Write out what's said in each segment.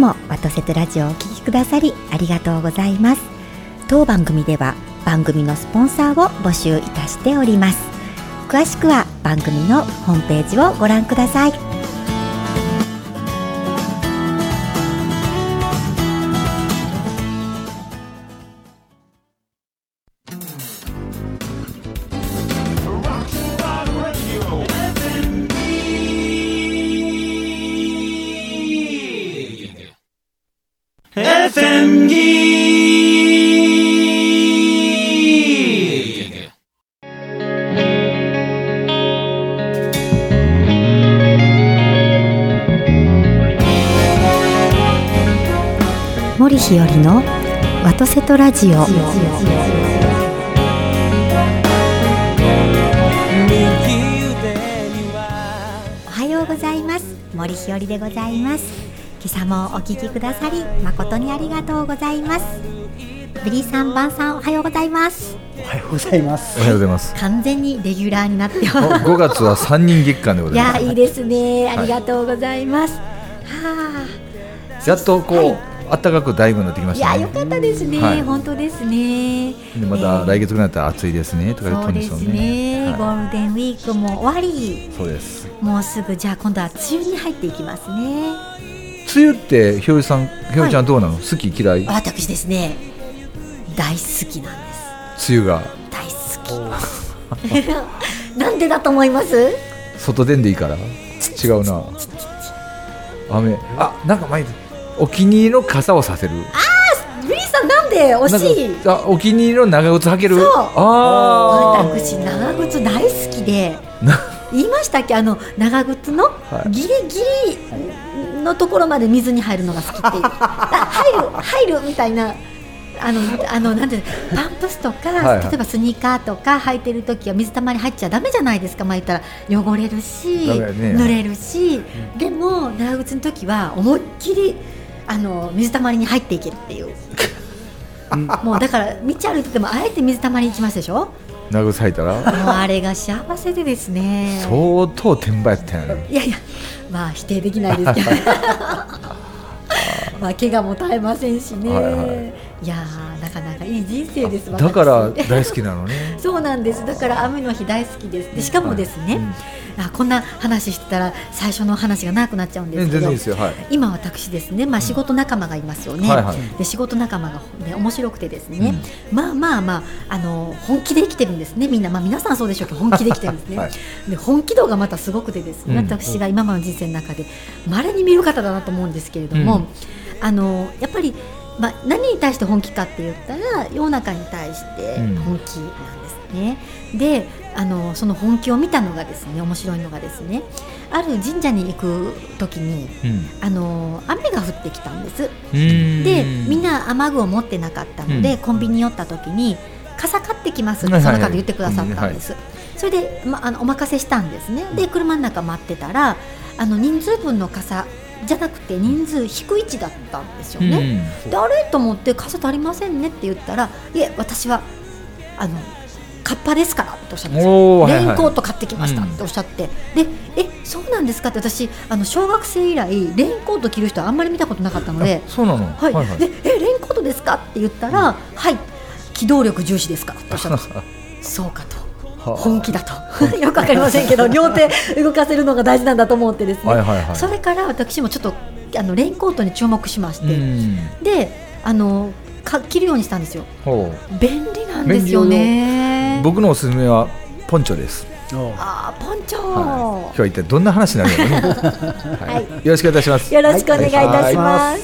もワトセトラジオをお聞きくださりありがとうございます。当番組では番組のスポンサーを募集いたしております。詳しくは番組のホームページをご覧ください。森日和のワトセトラジオ。おはようございます。森日和でございます。今朝もお聞きくださり誠にありがとうございます。ベリーさん、バンさん、おはようございます。 おはようございます。 おはようございます。 完全にレギュラーになってます 5月は3人月間でございます。 いや、いいですね。ありがとうございます。 やっとこう、暖かくだいぶなってきましたね。 いや、よかったですね、本当ですね。 でまた来月ぐらいになったら暑いですねとか言ってるんでしょうね。 そうですね、ゴールデンウィークも終わり。 そうです。 もうすぐ、じゃあ今度は梅雨に入っていきますね。 梅雨ってひよりさん、ひよりちゃんどうなの？好き嫌い？ 私ですね、大好きなんです。 梅雨が大好きなんでだと思います？ 外出んでいいから？違うな。雨、なんか前お気に入りの傘をさせる。 ブリーさん、なんで惜しい。 お気に入りの長靴履ける。 そう、私長靴大好きで言いましたっけ、長靴のギリギリのところまで水に入るのが好きっていう入るみたいな、なんていうの、パンプスとか、例えばスニーカーとか履いてるときは水たまり入っちゃダメじゃないですか。言ったら汚れるし、濡れるし、でも長靴のときは思いっきり水たまりに入っていけるっていうもうだから道歩いててもあえて水たまりに行きますでしょ。 長靴履いたらもうあれが幸せでですね。 相当転売やったよね。 いやいや、否定できないですけど怪我も絶えませんしね、いやなかなかいい人生です。 だから大好きなのねそうなんです。だから雨の日大好きです。でしかもですね、こんな話してたら最初の話が長くなっちゃうんですけど、今私ですね、仕事仲間がいますよね、で仕事仲間が、面白くてですね、本気で生きてるんですね、みんな。皆さんそうでしょうけど本気で生きてるんですね、で本気度がまたすごくてですね、私が今までの人生の中で稀に見る方だなと思うんですけれども、やっぱり何に対して本気かって言ったら世の中に対して本気なんですね、でその本気を見たのがですね、面白いのがですね、ある神社に行く時に、雨が降ってきたんです。でみんな雨具を持ってなかったので、コンビニ寄った時に傘買ってきますってその方言ってくださったんです、それで、お任せしたんですね。で車の中待ってたら人数分の傘じゃなくて人数低い位置だったんですよね、であれと思って傘足りませんねって言ったら、いえ私はカッパですからっておっしゃったんですよ。レインコート買ってきましたっておっしゃって、でそうなんですかって、私小学生以来レインコート着る人はあんまり見たことなかったので、 そうなの、 でレインコートですかって言ったら、はい機動力重視ですからっておっしゃったんですそうかと、本気だとよくわかりませんけど両手動かせるのが大事なんだと思ってですね、それから私もちょっとレインコートに注目しまして、で着るようにしたんですよ。便利なんですよね。 僕のおすすめはポンチョです。 ポンチョ、 今日は一体どんな話になるのかねよろしくお願いいたします。 よろしくお願いいたします。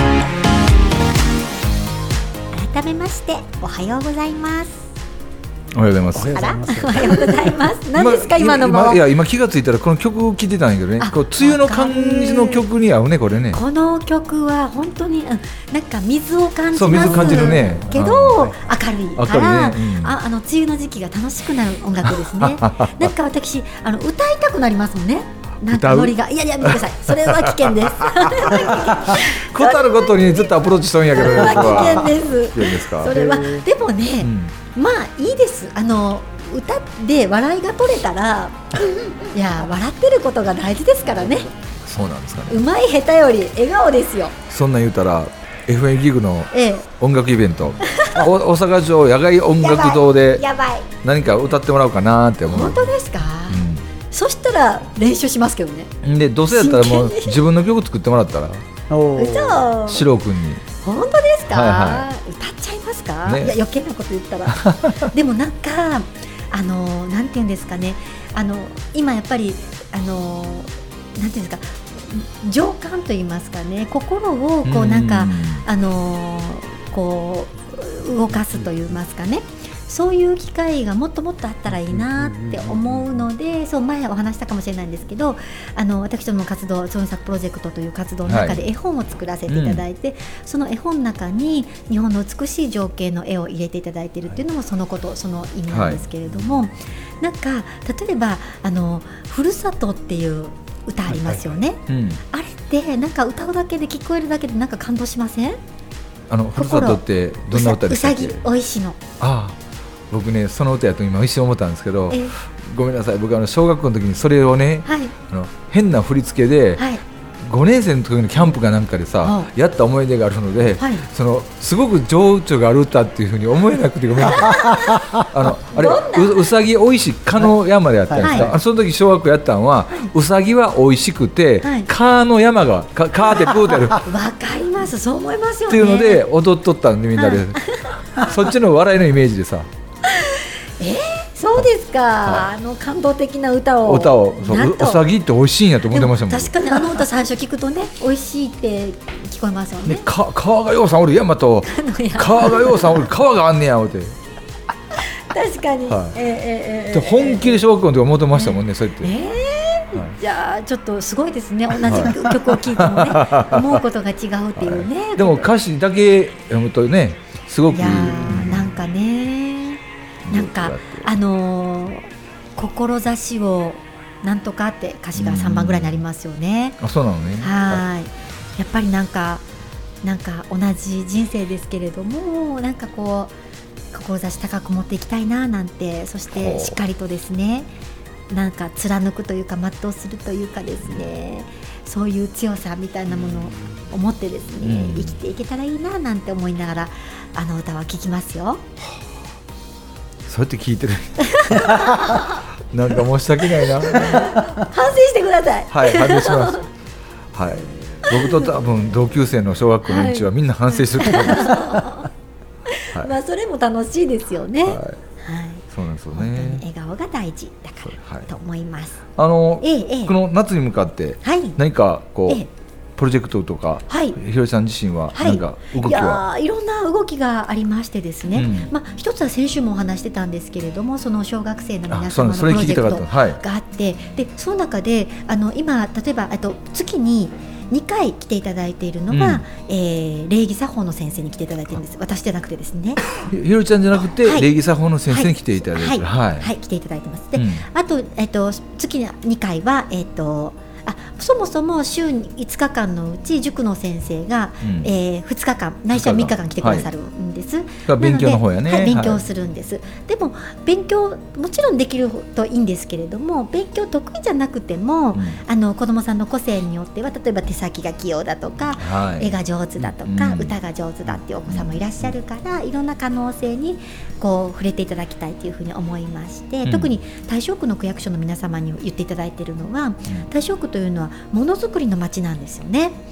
改めましておはようございます。 おはようございます。 あら、おはようございます。何ですか今のも。 今気がついたらこの曲を聴いてたんやけどね、こう梅雨の感じの曲に合うねこれね。 この曲は本当になんか水を感じます。 そう水感じるね。 けど明るいから、梅雨の時期が楽しくなる音楽ですね。なんか私歌いたくなりますもんね。なんかノリがいや見てください。それは危険です。 ことあることにずっとアプローチしとんやけど。 それは危険です。 危険ですか。 それはでもね、まあいいです。歌で笑いが取れたらいや笑ってることが大事ですからね。 そうなんですかね。 うまい下手より笑顔ですよ。 そんなん言うたら FM ギグの音楽イベント、大阪城野外音楽堂で何か歌ってもらおうかなって思う。 本当ですか。そしたら練習しますけどね。 でどうせやったらもう自分の曲作ってもらったら四郎君に。 本当ですか、歌っちゃいますか、いや余計なこと言ったらでもなんかなんていうんですかね、今やっぱりなんていうんですか、情感と言いますかね、心をこうなんかこう動かすと言いますかね、そういう機会がもっともっとあったらいいなって思うので、そう前お話したかもしれないんですけど、私どもの活動創作プロジェクトという活動の中で絵本を作らせていただいて、その絵本の中に日本の美しい情景の絵を入れていただいているっていうのもその意味なんですけれども、なんか例えばふるさとっていう歌ありますよね、あれってなんか歌うだけで聞こえるだけでなんか感動しません？ ふるさとってどんな歌でしたっけ？ うさぎおいしの。 僕ねその歌やと今一瞬思ったんですけど、ごめんなさい、僕小学校の時にそれをね、変な振り付けで、5年生の時のキャンプかなんかでさ、やった思い出があるので、すごく情緒がある歌っていうふうに思えなくてごめんなさい。あれうさぎおいしいかの山でやったんですか、その時小学校やったのはうさぎはおいしくて、かの山がかってプーってやる。 わかります、そう思いますよね。 っていうので踊っとったんでみんなで、そっちの笑いのイメージでさ。 そうですか、感動的な歌をうさぎって美味しいんやと思ってましたもん。 確かに歌最初聞くとね美味しいって聞こえますよね。 川がようさんおる山と川がようさんおる川があんねや思って確かに、 本気で小学校の時思ってましたもんね、そうやって。 じゃあちょっとすごいですね、同じ曲を聴いてもね思うことが違うっていうね。 でも歌詞だけ読むとねすごくなんかね、なんか志をなんとかって歌詞が3番ぐらいになりますよね。 そうなのね。 やっぱりなんか同じ人生ですけれども、なんかこう志高く持っていきたいななんて、そしてしっかりとですね、なんか貫くというか全うするというかですね、そういう強さみたいなものを持ってですね、生きていけたらいいななんて思いながら歌は聴きますよ。 そうやって聞いてるなんか申し訳ないな。 反省してください。 はい、反省します。はい、僕と多分同級生の小学校の連中はみんな反省すると思います。 まあそれも楽しいですよね。 そうなんですよね。 本当に笑顔が大事だからと思います。 この夏に向かって何かこうプロジェクトとか、ひろりさん自身は何か動きは？ いろんな動きがありましてですね、一つは先週もお話してたんですけれども、その小学生の皆様のプロジェクトがあって、でその中で今例えば月に2回来ていただいているのが、礼儀作法の先生に来ていただいているんです。私じゃなくてですね、 ひろりちゃんじゃなくて、礼儀作法の先生に来ていただいている。 来ていただいてます。で、あと月に2回はそもそも週5日間のうち塾の先生が、2日間ないしは3日間来てくださるんです。 勉強の方やね。 勉強するんです。でも勉強もちろんできるといいんですけれども、勉強得意じゃなくても、子どもさんの個性によっては、例えば手先が器用だとか、絵が上手だとか、歌が上手だっていうお子さんもいらっしゃるから、いろんな可能性にこう触れていただきたいというふうに思いまして、特に大正区の区役所の皆様に言っていただいているのは、大正区というのはものづくりの街なんですよね。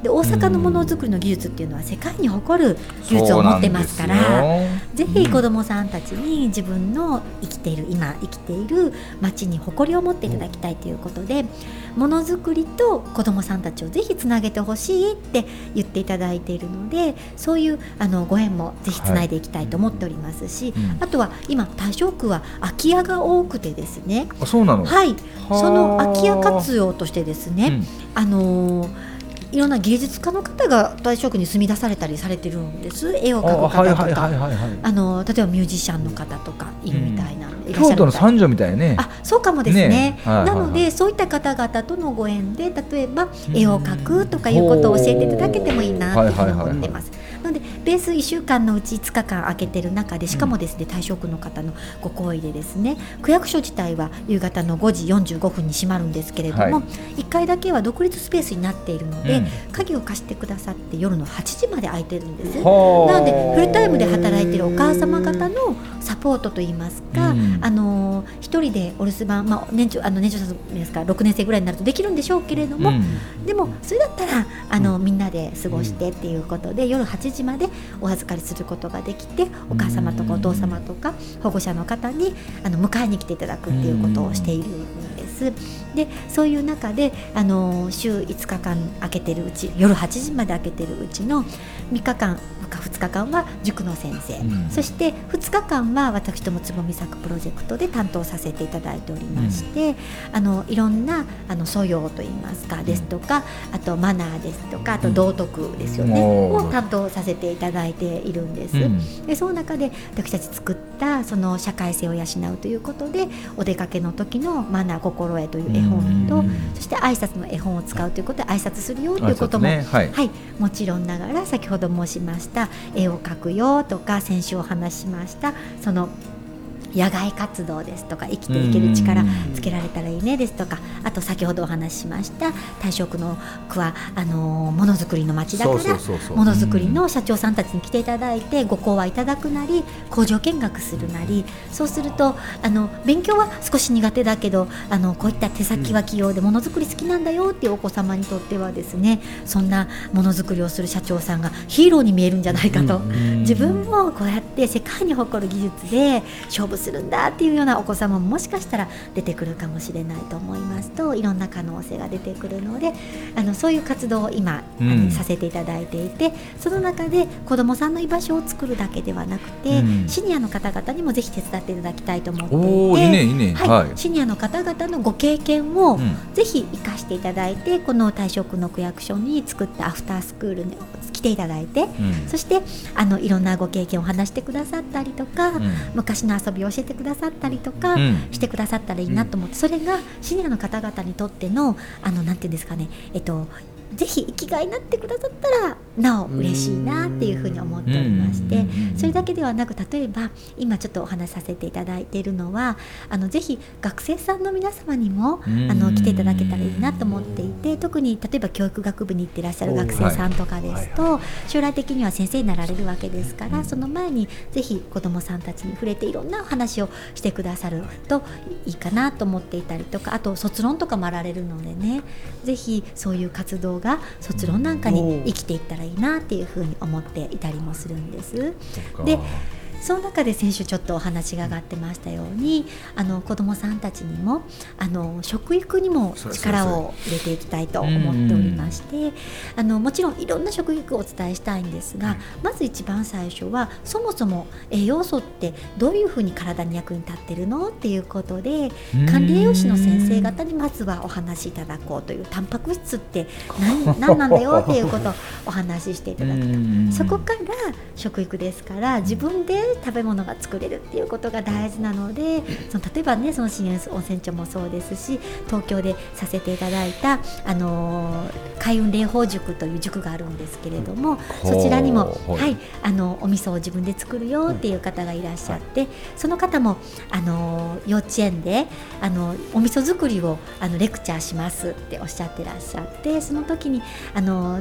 で大阪のものづくりの技術っていうのは世界に誇る技術を持ってますから、ぜひ子どもさんたちに自分の今生きている町に誇りを持っていただきたいということで、ものづくりと子どもさんたちをぜひつなげてほしいって言っていただいているので、そういうご縁もぜひつないでいきたいと思っておりますし、あとは今大正区は空き家が多くてですね、 そうなの、 はい、その空き家活用としてですね、いろんな芸術家の方が大正区に住み出されたりされてるんです。絵を描く方とか、例えばミュージシャンの方とかいるみたいな、 京都の三女みたいね。 そうかもですね。なのでそういった方々とのご縁で、例えば絵を描くとかいうことを教えていただけてもいいなっていうふうに思ってます。なのでベース1週間のうち5日間空けてる中で、しかもですね、大正区の方のご厚意でですね、区役所自体は夕方の5時45分に閉まるんですけれども、1階だけは独立スペースになっているので、鍵を貸してくださって夜の8時まで空いてるんです。なのでフルタイムで働いているお母様方のサポートといいますか、一人でお留守番、年長さんですか、6年生ぐらいになるとできるんでしょうけれども、でもそれだったらみんなで過ごしてっていうことで、夜8時までお預かりすることができて、お母様とかお父様とか保護者の方に迎えに来ていただくっていうことをしているんです。でそういう中で週5日間空けてるうち、夜8時まで空けてるうちの3日間か2日間は塾の先生、そして2日間は私どもつぼみ咲くプロジェクトで担当させていただいておりまして、いろんな素養といいますかですとか、あとマナーですとか、あと道徳ですよね、を担当させていただいているんです。でその中で私たち作ったその社会性を養うということで、お出かけの時のマナー心得という絵本と、そして挨拶の絵本を使うということで挨拶するよということも、もちろんながら、先ほど申しました絵を描くよとか、先週お話ししましたその野外活動ですとか、生きていける力つけられたらいいねですとか、あと先ほどお話ししました大正区の区はものづくりの街だから、ものづくりの社長さんたちに来ていただいてご講話いただくなり、工場見学するなり、そうすると勉強は少し苦手だけどこういった手先は器用でものづくり好きなんだよっていうお子様にとってはですね、そんなものづくりをする社長さんがヒーローに見えるんじゃないかと、自分もこうやって世界に誇る技術で勝負するんだっていうようなお子様ももしかしたら出てくるかもしれないと思いますと、いろんな可能性が出てくるので、そういう活動を今、させていただいていて、その中で子どもさんの居場所を作るだけではなくて、シニアの方々にもぜひ手伝っていただきたいと思っていて、シニアの方々のご経験をぜひ生かしていただいて、この大正区の区役所に作ったアフタースクールに来ていただいて、そしていろんなご経験を話してくださったりとか、昔の遊びを教えてくださったりとかしてくださったらいいなと思って、それがシニアの方々にとってのなんていうんですかね、ぜひ生きがいになってくださったらなお嬉しいなっていうふうに思っておりまして、それだけではなく、例えば今ちょっとお話しさせていただいているのは、ぜひ学生さんの皆様にも来ていただけたらいいなと思っていて、特に例えば教育学部に行っていらっしゃる学生さんとかですと、将来的には先生になられるわけですから、その前にぜひ子どもさんたちに触れていろんなお話をしてくださるといいかなと思っていたりとか、あと卒論とかもあられるのでね、ぜひそういう活動が卒論なんかに生きていったらいいなっていうふうに思っていたりもするんです。でその中で先週ちょっとお話が上がってましたように、子どもさんたちにも食育にも力を入れていきたいと思っておりまして、もちろんいろんな食育をお伝えしたいんですが、まず一番最初はそもそも栄養素ってどういうふうに体に役に立ってるのっていうことで、管理栄養士の先生方にまずはお話しいただこうという、タンパク質って何なんだよっていうことをお話ししていただくと、そこから食育ですから、自分で食べ物が作れるっていうことが大事なので、例えばね、その新温泉町もそうですし、東京でさせていただいた開運霊宝塾という塾があるんですけれども、そちらにも、お味噌を自分で作るよっていう方がいらっしゃって、その方も幼稚園でお味噌作りをレクチャーしますっておっしゃってらっしゃって、その時に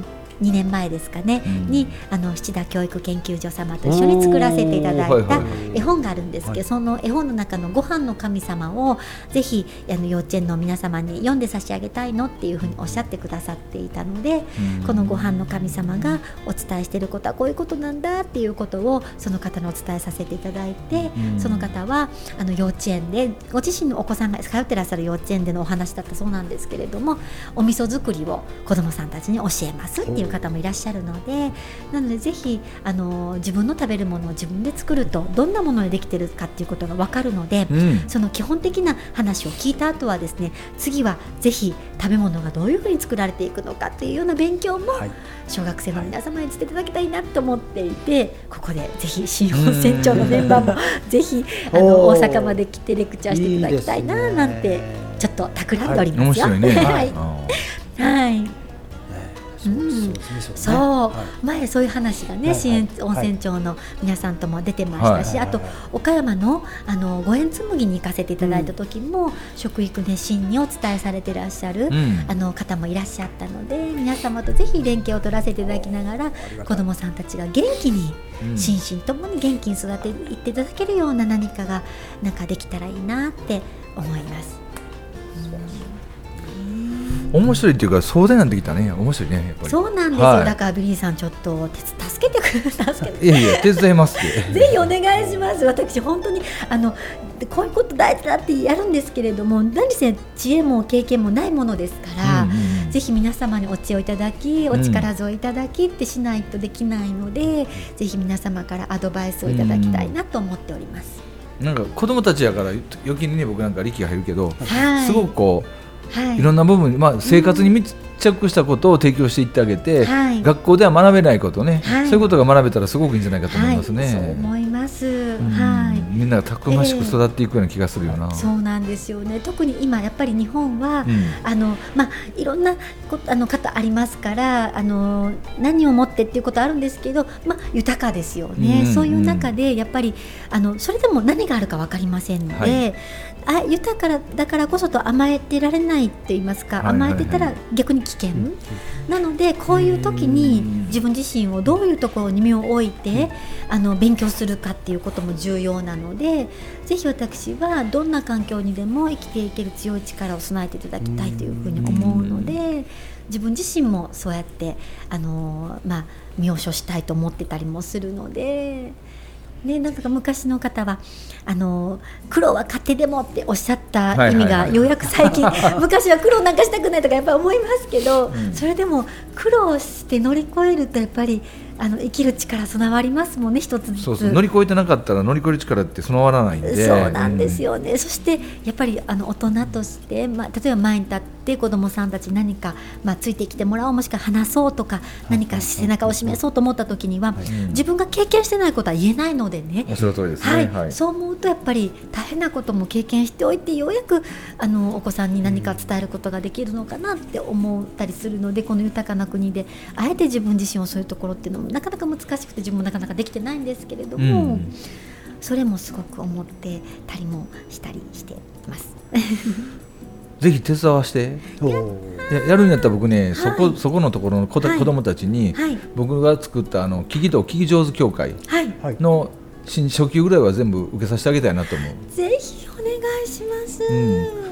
2年前ですかね、に七田教育研究所様と一緒に作らせていただいた絵本があるんですけど、その絵本の中のご飯の神様をぜひ幼稚園の皆様に読んで差し上げたいのっていうふうにおっしゃってくださっていたので、このご飯の神様がお伝えしていることはこういうことなんだっていうことをその方にお伝えさせていただいて、その方は幼稚園でご自身のお子さんが通ってらっしゃる幼稚園でのお話だったそうなんですけれども、お味噌作りを子どもさんたちに教えますっていう方もいらっしゃるので、なのでぜひ自分の食べるものを自分で作るとどんなものでできてるかっていうことが分かるので、その基本的な話を聞いた後はですね、次はぜひ食べ物がどういうふうに作られていくのかっていうような勉強も小学生の皆様にしていただきたいなと思っていて、ここでぜひ新温泉町のメンバーもぜひ大阪まで来てレクチャーしていただきたいななんてちょっと企んでおりますよ。 面白いね。 はい。そう、前そういう話がね、新温泉町の皆さんとも出てましたし、あと岡山の五円紬に行かせていただいた時も、食育熱心にお伝えされていらっしゃる、方もいらっしゃったので、皆様とぜひ連携を取らせていただきながら、子どもさんたちが元気に、心身ともに元気に育てていっていただけるような何かがなんかできたらいいなって思います。 面白いっていうか壮大になってきたね。面白いね、やっぱり。 そうなんですよ、だからビリーさんちょっと助けてください。 いやいや手伝いますってぜひお願いします。私本当にこういうこと大事だってやるんですけれども、何せ知恵も経験もないものですから、ぜひ皆様にお知恵をいただき、お力添えいただきってしないとできないので、ぜひ皆様からアドバイスをいただきたいなと思っております。 なんか子供たちやから余計にね、僕なんか力が入るけど、すごくこういろんな部分、生活に密着したことを提供していってあげて、学校では学べないことね、そういうことが学べたらすごくいいんじゃないかと思いますね。 そう思います。 みんながたくましく育っていくような気がするよな。 そうなんですよね。特に今やっぱり日本は、いろんな方ありますから、何をもってっていうことあるんですけど、豊かですよね。そういう中でやっぱりそれでも何があるか分かりませんので、豊かだからこそと甘えてられないって言いますか、甘えてたら逆に危険、なのでこういう時に自分自身をどういうところに身を置いて勉強するかっていうことも重要なので、ぜひ私はどんな環境にでも生きていける強い力を備えていただきたいというふうに思うので、自分自身もそうやって身を処したいと思ってたりもするので。なんか昔の方は苦労は勝手でもっておっしゃった意味がようやく最近昔は苦労なんかしたくないとかやっぱり思いますけど、それでも苦労して乗り越えるとやっぱり生きる力備わりますもんね、一つずつ。 そう乗り越えてなかったら乗り越える力って備わらないんで。 そうなんですよね。そしてやっぱり大人として、例えば前に立って子どもさんたち何か、ついてきてもらおう、もしくは話そうとか、何か背中を示そうと思った時には、自分が経験してないことは言えないのでね。 その通りですね。 そう思うとやっぱり大変なことも経験しておいて、ようやくお子さんに何か伝えることができるのかなって思ったりするので、この豊かな国であえて自分自身をそういうところっていうのもなかなか難しくて、自分もなかなかできてないんですけれども、それもすごく思ってたりもしたりしてますぜひ手伝わしてやるんやったら僕ね、そこのところの子どもたちに、僕が作った聞き上手協会の初級ぐらいは全部受けさせてあげたいなと思う。 ぜひお願いします。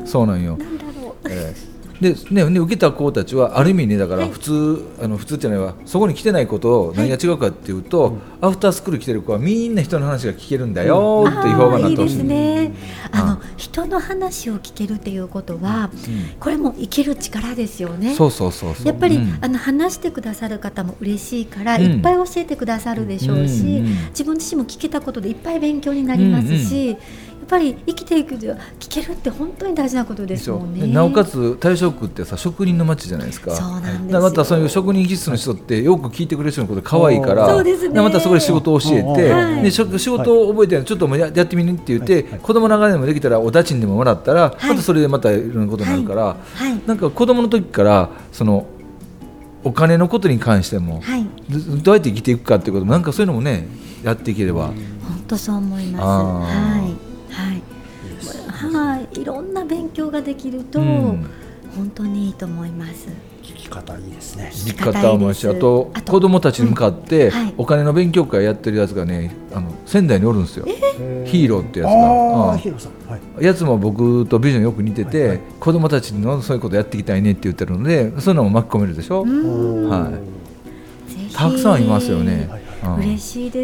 そうなんよ。 なんだろう。 で受けた子たちはある意味ね、だから普通じゃないわ、そこに来てないことを何が違うかっていうと、アフタースクール来てる子はみんな人の話が聞けるんだよっていう評判になってほしい。 いいですね。人の話を聞けるっていうことは、これも生きる力ですよね。 そうやっぱり、話してくださる方も嬉しいから、いっぱい教えてくださるでしょうし、自分自身も聞けたことでいっぱい勉強になりますし、やっぱり生きていくでは聞けるって本当に大事なことですもんね。 なおかつ大正区ってさ、職人の町じゃないですか。 そうなんですよ。 またそういう職人気質の人ってよく聞いてくれる人のこと可愛いから、 そうですね、 またそこで仕事を教えて、で仕事を覚えてちょっとやってみるって言って、子供の中でもできたらお立ちにでももらったら、またそれでまたいろんなことになるから、なんか子供の時からお金のことに関しても、どうやって生きていくかっていうことも、なんかそういうのもねやっていければ。 本当そう思います。いろんな勉強ができると、本当にいいと思います。 き方いいですね。 生き方もし、あと子供たちに向かってお金の勉強会やってるやつがね、仙台におるんですよ。ヒーローってやつが、 ヒーローさん、 やつも僕とビジョンよく似てて、子供たちのそういうことやっていきたいねって言ってるので、そういうのも巻き込めるでしょ。たくさんいますよね。 嬉しいです。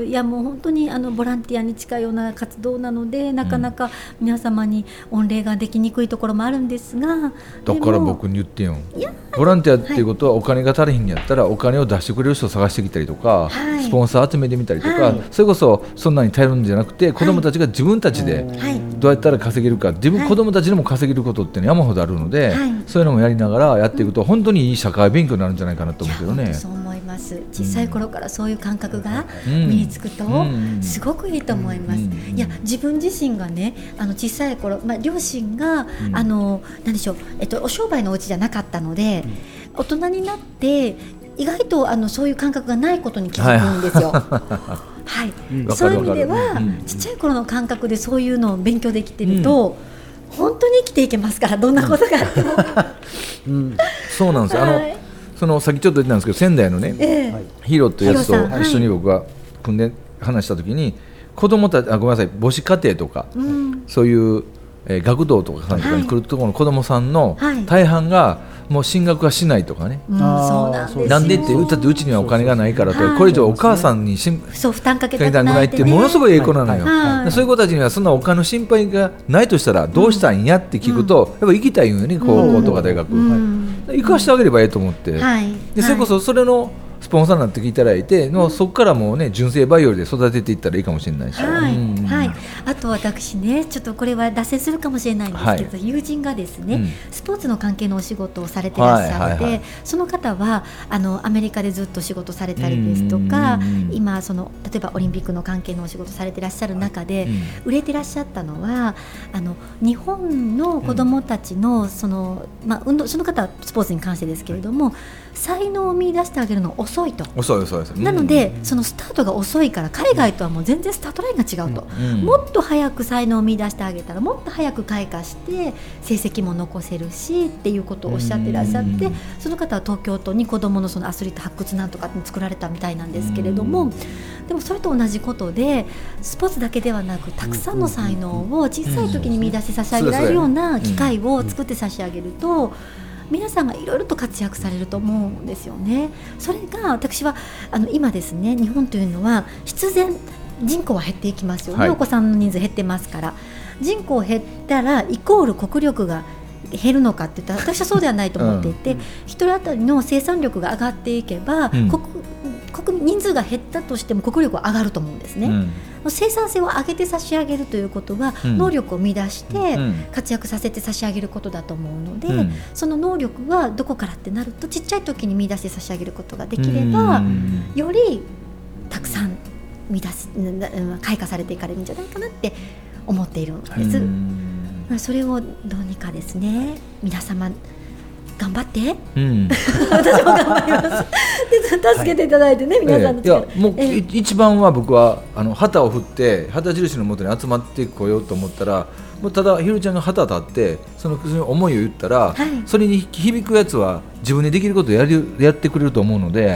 いやもう本当にボランティアに近いような活動なので、なかなか皆様に御礼ができにくいところもあるんですが、 だから僕に言ってよ。ボランティアっていうことは、お金が足りひんやったらお金を出してくれる人を探してきたりとか、スポンサー集めてみたりとか、それこそそんなに頼るんじゃなくて、子どもたちが自分たちでどうやったら稼げるか、子どもたちでも稼げることって山ほどあるので、そういうのもやりながらやっていくと本当にいい社会勉強になるんじゃないかなと思うけどね。 そう思います。小さい頃からそういう感覚が身につくとすごくいいと思います。いや自分自身がね、小さい頃、両親が何でしょう、お商売のお家じゃなかったので、大人になって意外とそういう感覚がないことに気づくんですよ。そういう意味では、ちっちゃい頃の感覚でそういうのを勉強できてると、本当に生きていけますから、どんなことがあっても。 そうなんですよ。さっきちょっと言ったんですけど、仙台のね、ヒーローというやつと一緒に僕が組んで話したときに、子供たち、ごめんなさい、母子家庭とか、そういう学童とかに来るところの子供さんの大半がもう進学はしないとかね。なんでって言ったって、うちにはお金がないからと、これ以上お母さんに負担かけたくないって、ものすごいいい子なのよ。そういう子たちにはそんなお金の心配がないとしたらどうしたんやって聞くと、やっぱ行きたいよね、高校とか大学行かしてあげればいいと思って、でそれこそそれのスポンサーになっていただいての、そこからもうね、純正バイオリンで育てていったらいいかもしれないし、 あと私ね、ちょっとこれは脱線するかもしれないんですけど、友人がですね、スポーツの関係のお仕事をされてらっしゃって、その方はアメリカでずっと仕事されたりですとか、今例えばオリンピックの関係のお仕事されてらっしゃる中で、売れてらっしゃったのは日本の子どもたちの運動、その方はスポーツに関してですけれども、才能を見出してあげるの遅いと。なので、そのスタートが遅いから、海外とはもう全然スタートラインが違うと、もっと早く才能を見出してあげたら、もっと早く開花して成績も残せるしっていうことをおっしゃってらっしゃって、その方は東京都に子どものアスリート発掘なんとかって作られたみたいなんですけれども、でもそれと同じことで、スポーツだけではなく、たくさんの才能を小さい時に見出して差し上げられるような機会を作って差し上げると、皆さんがいろいろと活躍されると思うんですよね。それが私は今ですね、日本というのは必然人口は減っていきますよね、お子さんの人数減ってますから、人口減ったらイコール国力が減るのかって言ったら、私はそうではないと思っていて、一人当たりの生産力が上がっていけば、人数が減ったとしても国力は上がると思うんですね。生産性を上げて差し上げるということは、能力を見出して活躍させて差し上げることだと思うので、その能力はどこからってなると、ちっちゃい時に見出して差し上げることができれば、よりたくさん開花されていかれるんじゃないかなって思っているんです。それをどうにかですね、皆様頑張って、私も頑張ります助けていただいてね、皆さんの力。 もう一番は僕は旗を振って旗印のもとに集まってこようと思ったら、もうただひろちゃんが旗立ってその思いを言ったら、それに響くやつは自分でできることをやってくれると思うので、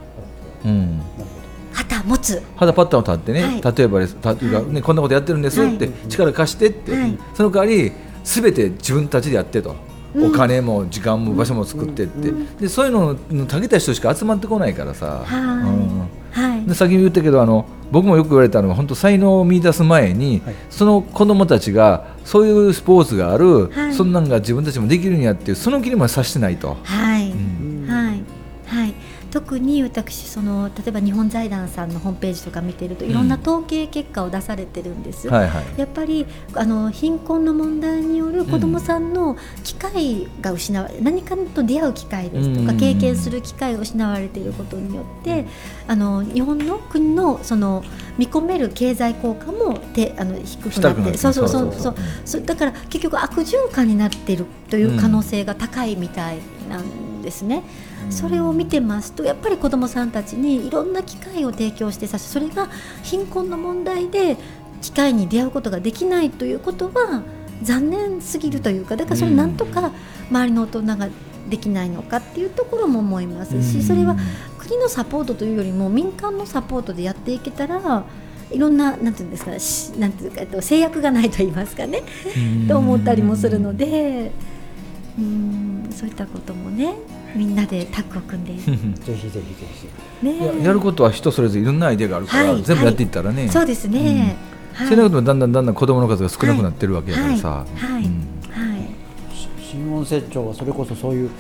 旗持つ、 旗パッタンを立ってね、例えばこんなことやってるんですって力貸してって、その代わり全て自分たちでやってと、お金も時間も場所も作ってって、でそういうののたけた人しか集まってこないからさ、で先に言ったけど僕もよく言われたのは、本当才能を見出す前に、その子どもたちがそういうスポーツがある、そんなんが自分たちもできるんやっていう、その気にもさしてないと。 特に私例えば日本財団さんのホームページとか見てると、いろんな統計結果を出されてるんです。やっぱり貧困の問題による子どもさんの機会が失われ、何かと出会う機会ですとか、経験する機会が失われていることによって、日本の国の見込める経済効果も低くなって、だから結局悪循環になっているという可能性が高いみたいなんですね。それを見てますと、やっぱり子どもさんたちにいろんな機会を提供してそれが貧困の問題で機会に出会うことができないということは残念すぎるというか、だからそれなんとか周りの大人ができないのかっていうところも思いますし、それは国のサポートというよりも民間のサポートでやっていけたらいろんななんていうんですか、なんていうか制約がないと言いますかねと思ったりもするので、そういったこともねみんなでタッグを組んでぜひぜひ、 ね、やることは人それぞれいろんなアイデアがあるから、全部やっていったらね、 そうですね、 そういうこともだんだん子どもの数が少なくなってるわけだからさ、 新温泉町はそれこそそういう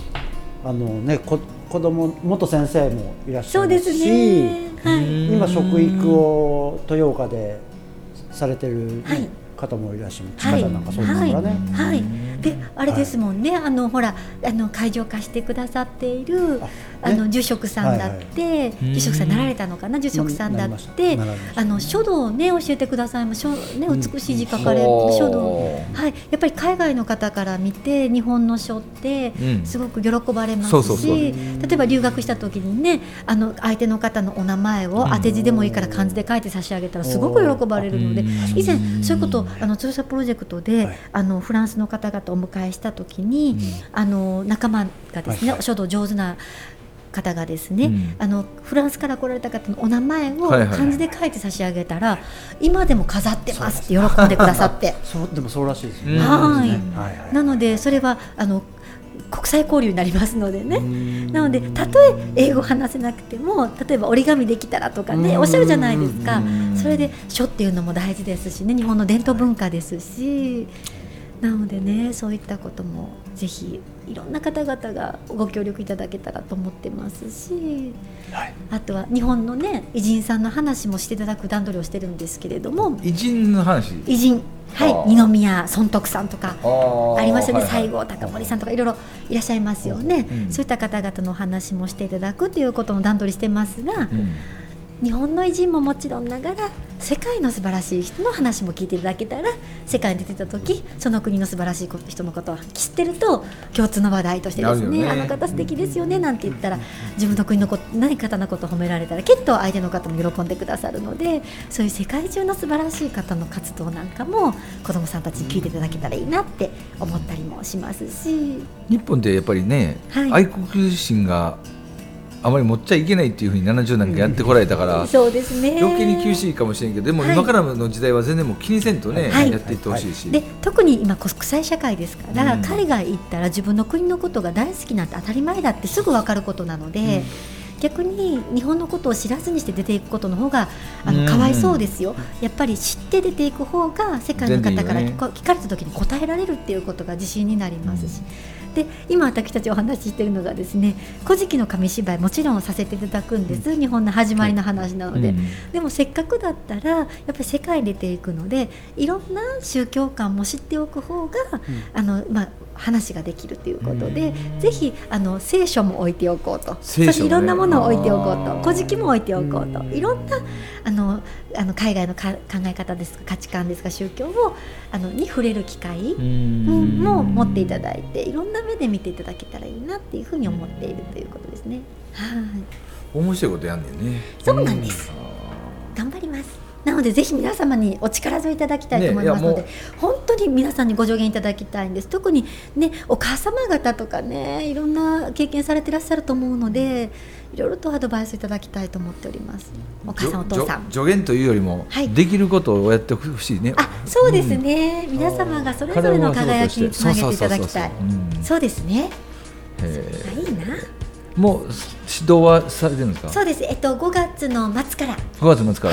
子ども元先生もいらっしゃるし、今食育を豊岡でされてる方もいらっしゃる、ちかちゃんなんかそうですからね。 であれですもんね、ほら会場化してくださっている住職さんだって、住職さんになられたのかな、住職さんだって書道をね教えてくださいましょうね、美しい字書かれる書道、やっぱり海外の方から見て日本の書ってすごく喜ばれますし、例えば留学した時にね相手の方のお名前を当て字でもいいから漢字で書いて差し上げたらすごく喜ばれるので、以前そういうことをつるさプロジェクトでフランスの方々をお迎えした時に、仲間がですね、書道上手な方がですね、フランスから来られた方のお名前を漢字で書いて差し上げたら、今でも飾ってますって喜んでくださってでもそうらしいですね。 なのでそれは国際交流になりますのでね、なのでたとえ英語話せなくても例えば折り紙できたらとかねおっしゃるじゃないですか。それで書っていうのも大事ですしね、日本の伝統文化ですし、なのでねそういったこともぜひいろんな方々がご協力いただけたらと思ってますし、あとは日本のね偉人さんの話もしていただく段取りをしてるんですけれども、 偉人の話、 偉人、二宮尊徳さんとかありますよね、西郷隆盛さんとかいろいろいらっしゃいますよね、そういった方々の話もしていただくということの段取りしてますが、日本の偉人ももちろんながら世界の素晴らしい人の話も聞いていただけたら、世界に出てた時その国の素晴らしい人のことを知ってると共通の話題としてですね、あの方素敵ですよねなんて言ったら、自分の国の何方のことを褒められたらきっと相手の方も喜んでくださるので、そういう世界中の素晴らしい方の活動なんかも子どもさんたちに聞いていただけたらいいなって思ったりもしますし、 日本ってやっぱりね、愛国心があまり持っちゃいけないっていうふうに70年間やってこられたから、 そうですね、 余計に厳しいかもしれんけど、でも今からの時代は全然もう気にせんとね、やっていってほしいし、 で特に今国際社会ですから、海外行ったら自分の国のことが大好きなんて当たり前だってすぐ分かることなので、逆に日本のことを知らずにして出ていくことの方がかわいそうですよ。やっぱり知って出ていく方が世界の方から聞かれた時に答えられるっていうことが自信になりますし、で今私たちお話ししているのがですね、古事記の紙芝居もちろんさせていただくんです、日本の始まりの話なので、でもせっかくだったらやっぱり世界に出ていくので、いろんな宗教観も知っておく方が、話ができるということで、ぜひ聖書も置いておこうと、そしていろんなものを置いておこうと、古事記も置いておこうと、いろんな海外の考え方ですか価値観ですか宗教をに触れる機会も持っていただいて、いろんな目で見ていただけたらいいなっていうふうに思っているということですね。 面白いことやんねんね。 そうなんです、頑張ります。なのでぜひ皆様にお力添えいただきたいと思いますので、本当に皆さんにご助言いただきたいんです。特にねお母様方とかね、いろんな経験されていらっしゃると思うので、いろいろとアドバイスいただきたいと思っております。お母さんお父さん、 助言というよりも、できることをやってほしいね。 そうですね、皆様がそれぞれの輝きにつなげていただきたい。そうですね、いいな。 もう指導はされてるんですか？ そうです、5月の末から。 5月末から、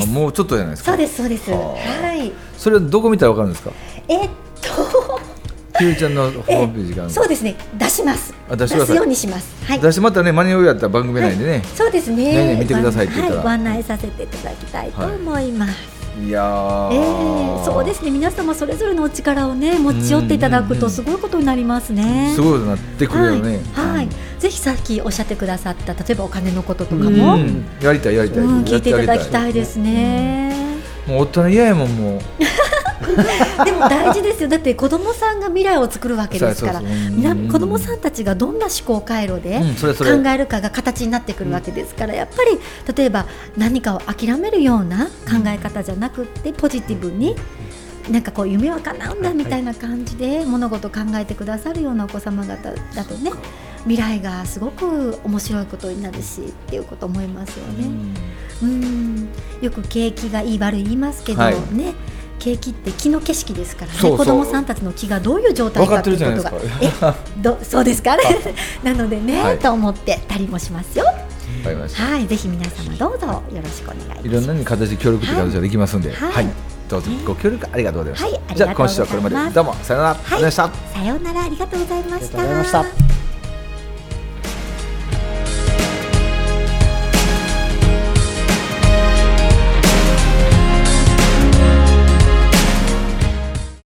もうちょっとじゃないですか。 そうですそうです。 それはどこ見たらわかるんですか？ひるちゃんのホームページがある。 そうですね、出します。出すようにします。 出してまたね、間に合うやったら番組内でね、 そうですね、 見てくださいって言ったら、 ご案内させていただきたいと思います。 いやそうですね、皆様それぞれのお力をね持ち寄っていただくとすごいことになりますね。 すごいことになってくるよね。 ぜひさっきおっしゃってくださった例えばお金のこととかもやりたい聞いていただきたいですね。 もう大人嫌やもん、もうでも大事ですよ。だって子どもさんが未来を作るわけですから、子どもさんたちがどんな思考回路で考えるかが形になってくるわけですから、やっぱり例えば何かを諦めるような考え方じゃなくって、ポジティブになんかこう夢は叶うんだみたいな感じで物事を考えてくださるようなお子様方だとね、未来がすごく面白いことになるしっていうこと思いますよね。よく景気がいい悪い言いますけどね、景気って気の景色ですからね。子供さんたちの気がどういう状態かっていうことがそうですかねなのでね、と思ってたりもしますよ。はい、ぜひ皆様どうぞよろしくお願いします。 いろんな形で協力という形ができますんで、どうぞご協力ありがとうございました。じゃあ今週はこれまで、どうもさようなら。 さようなら、ありがとうございました。